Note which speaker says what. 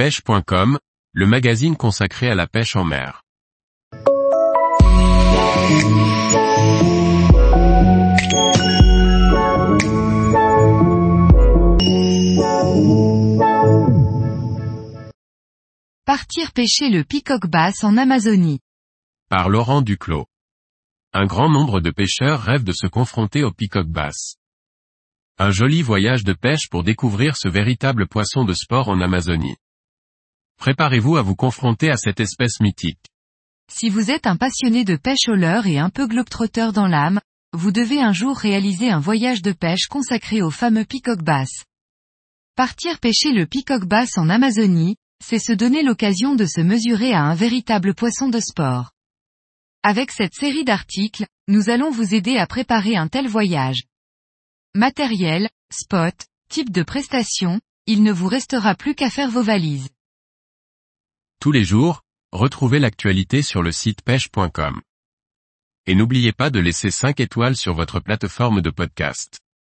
Speaker 1: pêche.com, le magazine consacré à la pêche en mer.
Speaker 2: Partir pêcher le peacock bass en Amazonie.
Speaker 1: Par Laurent Duclos. Un grand nombre de pêcheurs rêvent de se confronter au peacock bass. Un joli voyage de pêche pour découvrir ce véritable poisson de sport en Amazonie. Préparez-vous à vous confronter à cette espèce mythique.
Speaker 2: Si vous êtes un passionné de pêche au leurre et un peu globe-trotteur dans l'âme, vous devez un jour réaliser un voyage de pêche consacré au fameux peacock bass. Partir pêcher le peacock bass en Amazonie, c'est se donner l'occasion de se mesurer à un véritable poisson de sport. Avec cette série d'articles, nous allons vous aider à préparer un tel voyage. Matériel, spot, type de prestation, il ne vous restera plus qu'à faire vos valises.
Speaker 1: Tous les jours, retrouvez l'actualité sur le site pêche.com. Et n'oubliez pas de laisser 5 étoiles sur votre plateforme de podcast.